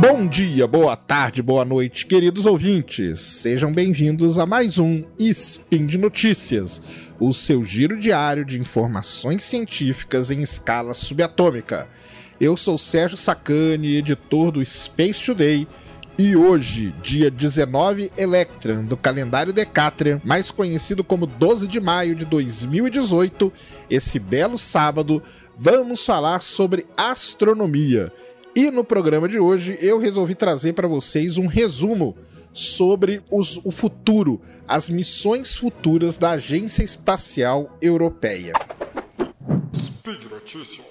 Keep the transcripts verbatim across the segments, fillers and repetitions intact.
Bom dia, boa tarde, boa noite, queridos ouvintes. Sejam bem-vindos a mais um Spin de Notícias, o seu giro diário de informações científicas em escala subatômica. Eu sou Sérgio Sacani, editor do Space Today, e hoje, dia dezenove Electran do calendário Decatrian, mais conhecido como doze de maio de dois mil e dezoito, esse belo sábado, vamos falar sobre astronomia. E no programa de hoje eu resolvi trazer para vocês um resumo sobre os, o futuro, as missões futuras da Agência Espacial Europeia. Speed Notícias.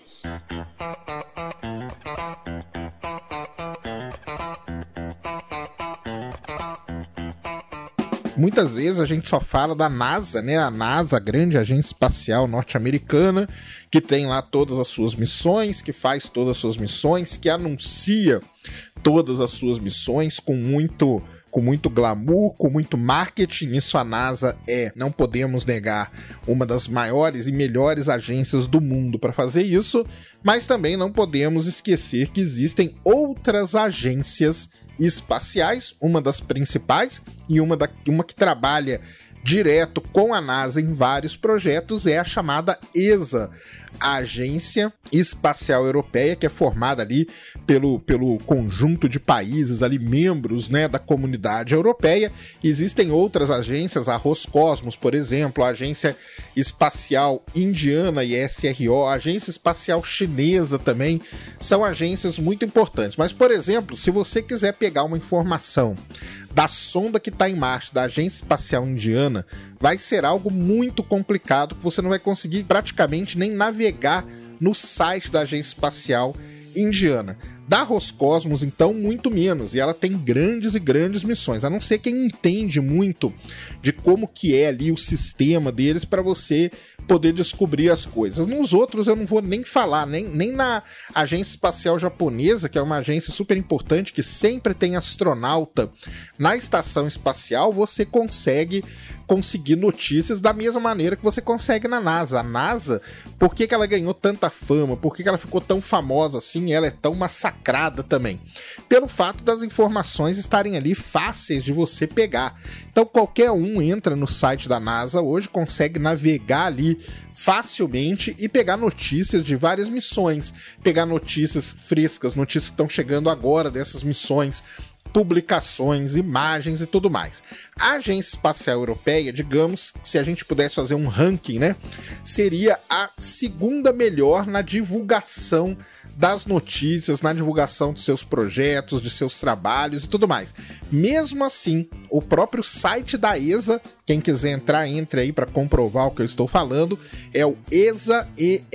Muitas vezes a gente só fala da NASA, né? A NASA, a grande agência espacial norte-americana, que tem lá todas as suas missões, que faz todas as suas missões, que anuncia todas as suas missões com muito, com muito glamour, com muito marketing. Isso a NASA é, não podemos negar, uma das maiores e melhores agências do mundo para fazer isso, mas também não podemos esquecer que existem outras agências espaciais, uma das principais e uma, da, uma que trabalha direto com a NASA em vários projetos é a chamada E S A, a Agência Espacial Europeia, que é formada ali pelo, pelo conjunto de países ali, membros, né, da comunidade europeia. Existem outras agências, a Roscosmos, por exemplo, a Agência Espacial Indiana, I S R O, a Agência Espacial Chinesa também, são agências muito importantes. Mas, por exemplo, se você quiser pegar uma informação da sonda que está em Marte, da Agência Espacial Indiana, vai ser algo muito complicado, que você não vai conseguir praticamente nem navegar no site da Agência Espacial Indiana. Da Roscosmos, então, muito menos, e ela tem grandes e grandes missões, a não ser quem entende muito de como que é ali o sistema deles para você poder descobrir as coisas. Nos outros eu não vou nem falar, nem, nem na Agência Espacial Japonesa, que é uma agência super importante, que sempre tem astronauta na estação espacial, você consegue conseguir notícias da mesma maneira que você consegue na NASA. A NASA, por que que ela ganhou tanta fama? Por que que ela ficou tão famosa assim? Ela é tão massacrada também? Pelo fato das informações estarem ali fáceis de você pegar. Então qualquer um entra no site da NASA hoje, consegue navegar ali facilmente e pegar notícias de várias missões, pegar notícias frescas, notícias que estão chegando agora dessas missões, publicações, imagens e tudo mais. A Agência Espacial Europeia, digamos, se a gente pudesse fazer um ranking, né, seria a segunda melhor na divulgação das notícias, na divulgação dos seus projetos, de seus trabalhos e tudo mais. Mesmo assim, o próprio site da E S A, quem quiser entrar, entre aí para comprovar o que eu estou falando, é o esa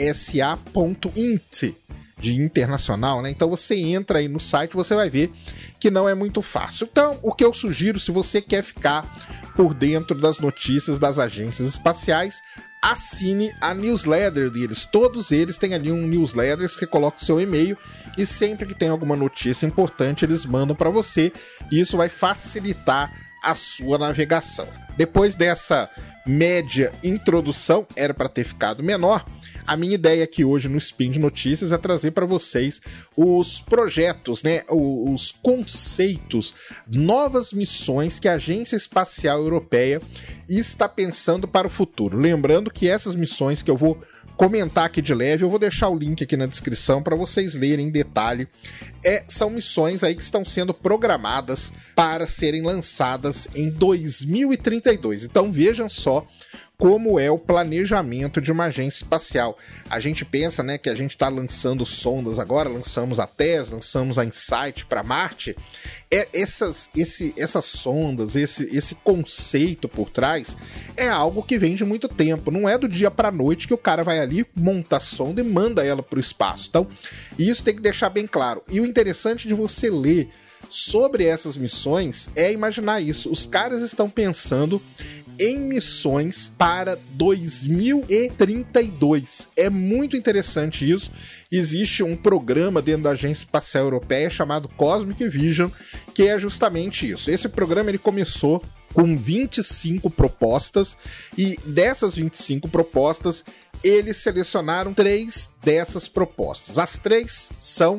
ponto int, de internacional, né? Então você entra aí no site, você vai ver que não é muito fácil. Então, o que eu sugiro, se você quer ficar por dentro das notícias das agências espaciais, assine a newsletter deles. Todos eles têm ali um newsletter que você coloca o seu e-mail e sempre que tem alguma notícia importante, eles mandam para você e isso vai facilitar a sua navegação. Depois dessa média introdução, era para ter ficado menor, a minha ideia aqui hoje no Spin de Notícias é trazer para vocês os projetos, né, os conceitos, novas missões que a Agência Espacial Europeia está pensando para o futuro. Lembrando que essas missões que eu vou comentar aqui de leve, eu vou deixar o link aqui na descrição para vocês lerem em detalhe. É, são missões aí que estão sendo programadas para serem lançadas em dois mil e trinta e dois. Então vejam só como é o planejamento de uma agência espacial. A gente pensa, né, que a gente está lançando sondas agora, lançamos a TESS, lançamos a InSight para Marte. É, essas, esse, essas sondas, esse, esse conceito por trás é algo que vem de muito tempo. Não é do dia para a noite que o cara vai ali, monta a sonda e manda ela para o espaço. Então, isso tem que deixar bem claro. E o interessante de você ler sobre essas missões é imaginar isso. Os caras estão pensando em missões para dois mil e trinta e dois. É muito interessante isso. Existe um programa dentro da Agência Espacial Europeia chamado Cosmic Vision, que é justamente isso. Esse programa ele começou com vinte e cinco propostas e dessas vinte e cinco propostas, eles selecionaram três dessas propostas. As três são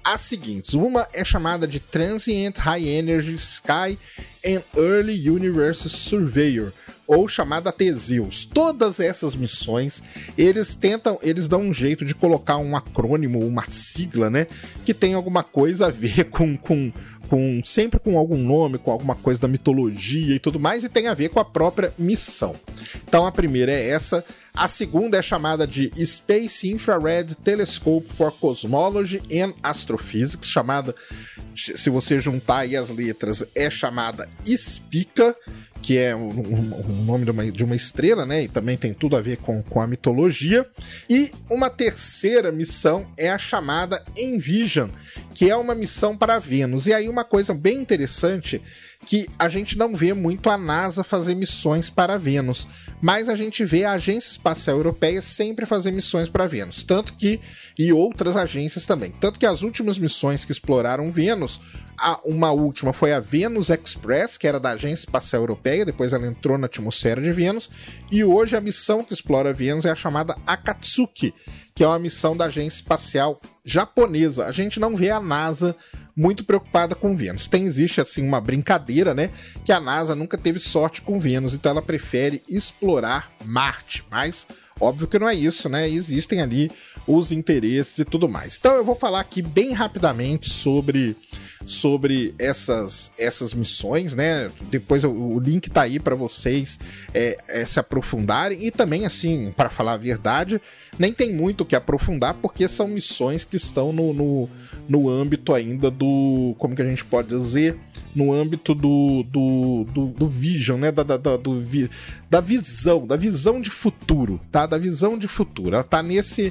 as seguintes. Uma é chamada de Transient High Energy Sky and Early Universe Surveyor, ou chamada Teseus. Todas essas missões, eles tentam, eles dão um jeito de colocar um acrônimo, uma sigla, né, que tem alguma coisa a ver com, com, com sempre com algum nome, com alguma coisa da mitologia e tudo mais, e tem a ver com a própria missão. Então a primeira é essa. A segunda é chamada de Space Infrared Telescope for Cosmology and Astrophysics, chamada, se você juntar aí as letras, é chamada SPICA, que é o um, um, um nome de uma, de uma estrela, né? E também tem tudo a ver com, com a mitologia. E uma terceira missão é a chamada Envision, que é uma missão para Vênus. E aí uma coisa bem interessante, que a gente não vê muito a NASA fazer missões para Vênus, mas a gente vê a Agência Espacial Europeia sempre fazer missões para Vênus, tanto que, e outras agências também, tanto que as últimas missões que exploraram Vênus, a, uma última foi a Venus Express, que era da Agência Espacial Europeia, depois ela entrou na atmosfera de Vênus, e hoje a missão que explora Vênus é a chamada Akatsuki, que é uma missão da Agência Espacial Japonesa. A gente não vê a NASA muito preocupada com Vênus. Tem, existe assim uma brincadeira, né, que a NASA nunca teve sorte com Vênus, então ela prefere explorar Marte, mas óbvio que não é isso, né, existem ali os interesses e tudo mais. Então eu vou falar aqui bem rapidamente sobre sobre essas, essas missões, né? Depois o, o link tá aí para vocês é, é, se aprofundarem, e também, assim, para falar a verdade, nem tem muito o que aprofundar, porque são missões que estão no, no, no âmbito ainda do, como que a gente pode dizer, no âmbito do, do, do, do vision, né? Da, da, da, do, da visão, da visão de futuro, tá? Da visão de futuro. Ela tá nesse,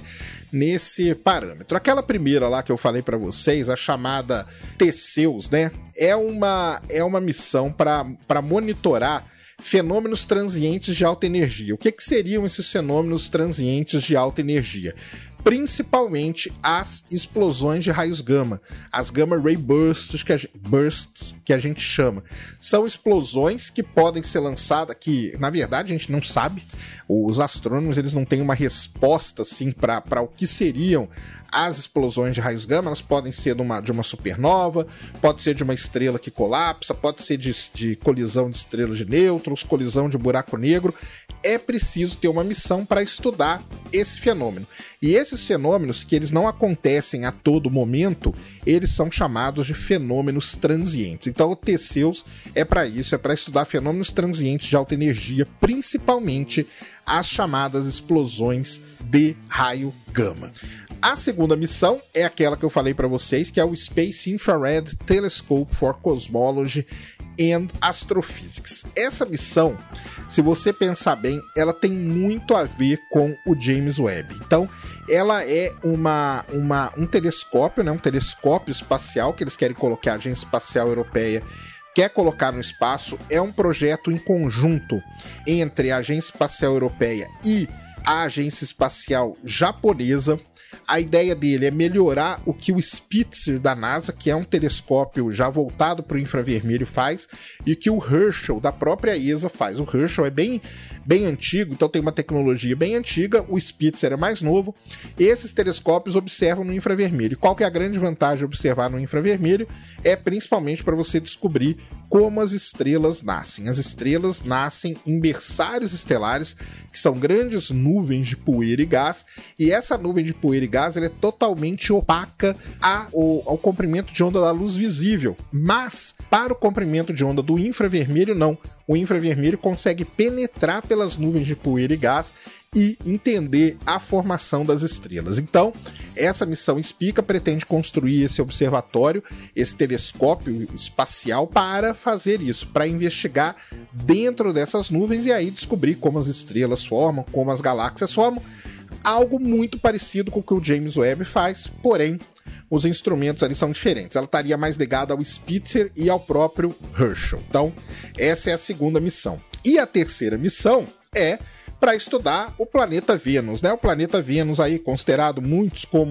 nesse parâmetro. Aquela primeira lá que eu falei para vocês, a chamada Teseus, né? É uma, é uma missão para monitorar fenômenos transientes de alta energia. O que, que seriam esses fenômenos transientes de alta energia? Principalmente as explosões de raios gama, as gamma ray bursts que, a, bursts que a gente chama. São explosões que podem ser lançadas, que na verdade a gente não sabe, os astrônomos eles não têm uma resposta assim, para o que seriam as explosões de raios gama. Elas podem ser de uma, de uma supernova, pode ser de uma estrela que colapsa, pode ser de, de colisão de estrelas de nêutrons, colisão de buraco negro. É preciso ter uma missão para estudar esse fenômeno. E esses fenômenos, que eles não acontecem a todo momento, eles são chamados de fenômenos transientes. Então o Teseus é para isso, é para estudar fenômenos transientes de alta energia, principalmente as chamadas explosões de raio gama. A segunda missão é aquela que eu falei para vocês, que é o Space Infrared Telescope for Cosmology and Astrophysics. Essa missão, se você pensar bem, ela tem muito a ver com o James Webb. Então, ela é uma, uma, um telescópio, né, um telescópio espacial que eles querem colocar, a Agência Espacial Europeia quer colocar no espaço. É um projeto em conjunto entre a Agência Espacial Europeia e a Agência Espacial Japonesa. A ideia dele é melhorar o que o Spitzer da NASA, que é um telescópio já voltado para o infravermelho, faz, e que o Herschel da própria E S A faz. O Herschel é bem, bem antigo, então tem uma tecnologia bem antiga, o Spitzer é mais novo. Esses telescópios observam no infravermelho. Qual que é a grande vantagem de observar no infravermelho? É principalmente para você descobrir como as estrelas nascem. As estrelas nascem em berçários estelares, que são grandes nuvens de poeira e gás, e essa nuvem de poeira e gás ela é totalmente opaca ao, ao comprimento de onda da luz visível. Mas, para o comprimento de onda do infravermelho, não. O infravermelho consegue penetrar pelas nuvens de poeira e gás e entender a formação das estrelas. Então, essa missão SPICA pretende construir esse observatório, esse telescópio espacial, para fazer isso, para investigar dentro dessas nuvens e aí descobrir como as estrelas formam, como as galáxias formam. Algo muito parecido com o que o James Webb faz, porém, os instrumentos ali são diferentes. Ela estaria mais ligada ao Spitzer e ao próprio Herschel. Então, essa é a segunda missão. E a terceira missão é para estudar o planeta Vênus, né? O planeta Vênus aí considerado muitos como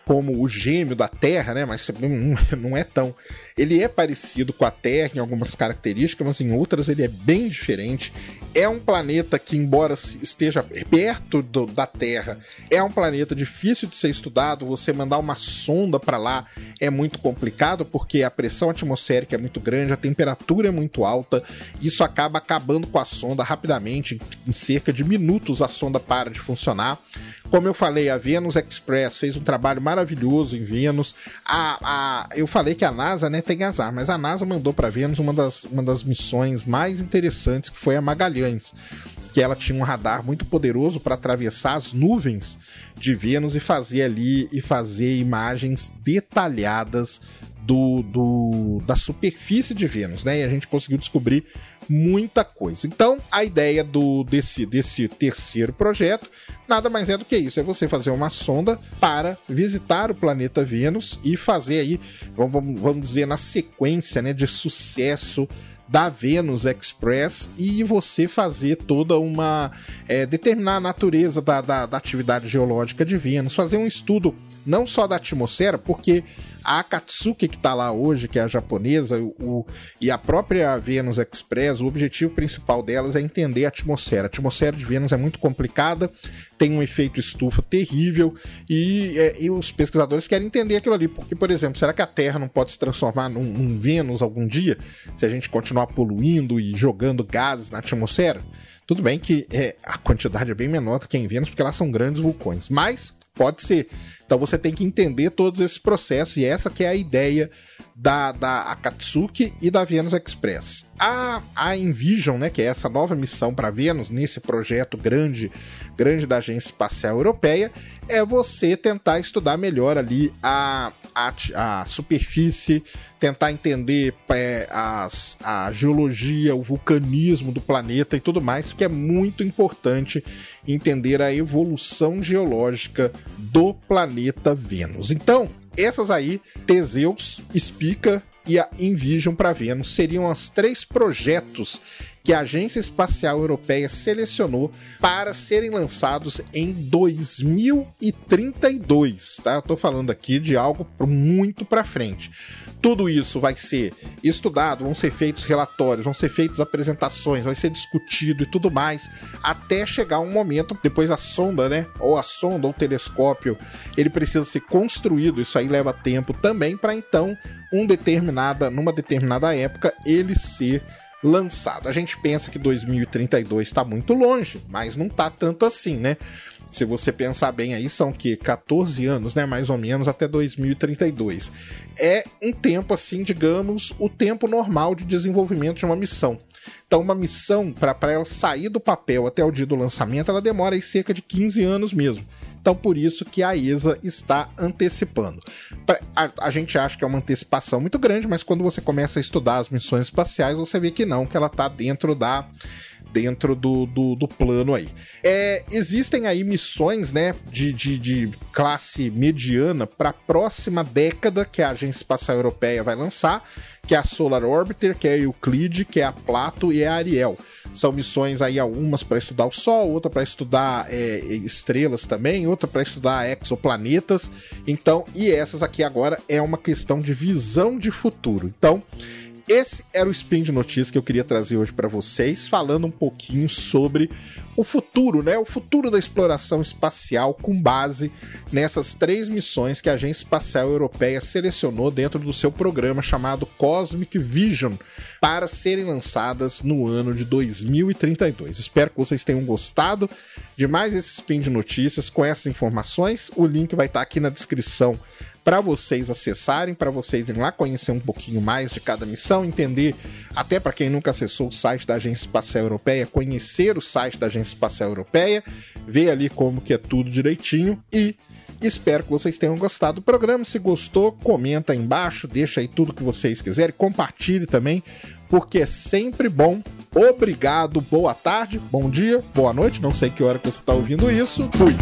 como o gêmeo da Terra, né? Mas não é tão... Ele é parecido com a Terra em algumas características, mas em outras ele é bem diferente. É um planeta que, embora esteja perto do, da Terra, é um planeta difícil de ser estudado. Você mandar uma sonda para lá é muito complicado, porque a pressão atmosférica é muito grande, a temperatura é muito alta. Isso acaba acabando com a sonda rapidamente. Em cerca de minutos a sonda para de funcionar. Como eu falei, a Venus Express fez um trabalho maravilhoso em Vênus. A, a, eu falei que a NASA, né, tem azar, mas a NASA mandou para Vênus uma das, uma das missões mais interessantes, que foi a Magalhães, que ela tinha um radar muito poderoso para atravessar as nuvens de Vênus e fazer ali e fazer imagens detalhadas do, do, da superfície de Vênus, né? E a gente conseguiu descobrir muita coisa. Então, a ideia do, desse, desse terceiro projeto nada mais é do que isso, é você fazer uma sonda para visitar o planeta Vênus e fazer aí, vamos, vamos dizer, na sequência, né, de sucesso da Venus Express, e você fazer toda uma... É, determinar a natureza da, da, da atividade geológica de Vênus, fazer um estudo não só da atmosfera, porque a Akatsuki, que está lá hoje, que é a japonesa, o, e a própria Venus Express, o objetivo principal delas é entender a atmosfera. A atmosfera de Vênus é muito complicada, tem um efeito estufa terrível, e, é, e os pesquisadores querem entender aquilo ali, porque, por exemplo, será que a Terra não pode se transformar num, num Vênus algum dia, se a gente continuar poluindo e jogando gases na atmosfera? Tudo bem que é, a quantidade é bem menor do que em Vênus, porque elas são grandes vulcões, mas pode ser. Então você tem que entender todos esses processos, e essa que é a ideia da, da Akatsuki e da Venus Express. A, a Envision, né, que é essa nova missão para Vênus, nesse projeto grande, grande da Agência Espacial Europeia, é você tentar estudar melhor ali a, a, a superfície, tentar entender é, as, a geologia, o vulcanismo do planeta e tudo mais, que é muito importante entender a evolução geológica do planeta Vênus. Então, essas aí, Teseus, Spica e a Envision para Vênus, seriam os três projetos que a Agência Espacial Europeia selecionou para serem lançados em dois mil e trinta e dois, tá? Eu tô falando aqui de algo muito para frente. Tudo isso vai ser estudado, vão ser feitos relatórios, vão ser feitas apresentações, vai ser discutido e tudo mais, até chegar um momento, depois a sonda, né, ou a sonda ou o telescópio, ele precisa ser construído, isso aí leva tempo também, para então, um determinada, numa determinada época, ele ser lançado. A gente pensa que dois mil e trinta e dois está muito longe, mas não está tanto assim, né? Se você pensar bem aí, são que quatorze anos, né, mais ou menos, até dois mil e trinta e dois. É um tempo, assim, digamos, o tempo normal de desenvolvimento de uma missão. Então, uma missão, para ela sair do papel até o dia do lançamento, ela demora aí cerca de quinze anos mesmo. Então, por isso que a E S A está antecipando. A, a gente acha que é uma antecipação muito grande, mas quando você começa a estudar as missões espaciais, você vê que não, que ela está dentro da... dentro do, do, do plano aí. É, existem aí missões, né, de, de, de classe mediana para a próxima década que a Agência Espacial Europeia vai lançar, que é a Solar Orbiter, que é a Euclid, que é a Plato e a Ariel. São missões aí, algumas para estudar o Sol, outra para estudar é, estrelas também, outra para estudar exoplanetas. Então, e essas aqui agora é uma questão de visão de futuro. Então, esse era o Spin de Notícias que eu queria trazer hoje para vocês, falando um pouquinho sobre o futuro, né? O futuro da exploração espacial com base nessas três missões que a Agência Espacial Europeia selecionou dentro do seu programa chamado Cosmic Vision para serem lançadas no ano de dois mil e trinta e dois. Espero que vocês tenham gostado de mais esse Spin de Notícias com essas informações. O link vai estar aqui na descrição para vocês acessarem, para vocês irem lá conhecer um pouquinho mais de cada missão, entender, até para quem nunca acessou o site da Agência Espacial Europeia, conhecer o site da Agência Espacial Europeia, ver ali como que é tudo direitinho, e espero que vocês tenham gostado do programa. Se gostou, comenta aí embaixo, deixa aí tudo que vocês quiserem, compartilhe também, porque é sempre bom. Obrigado, boa tarde, bom dia, boa noite, não sei que hora que você está ouvindo isso, fui!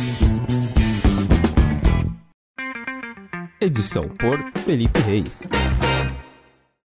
Edição por Felipe Reis.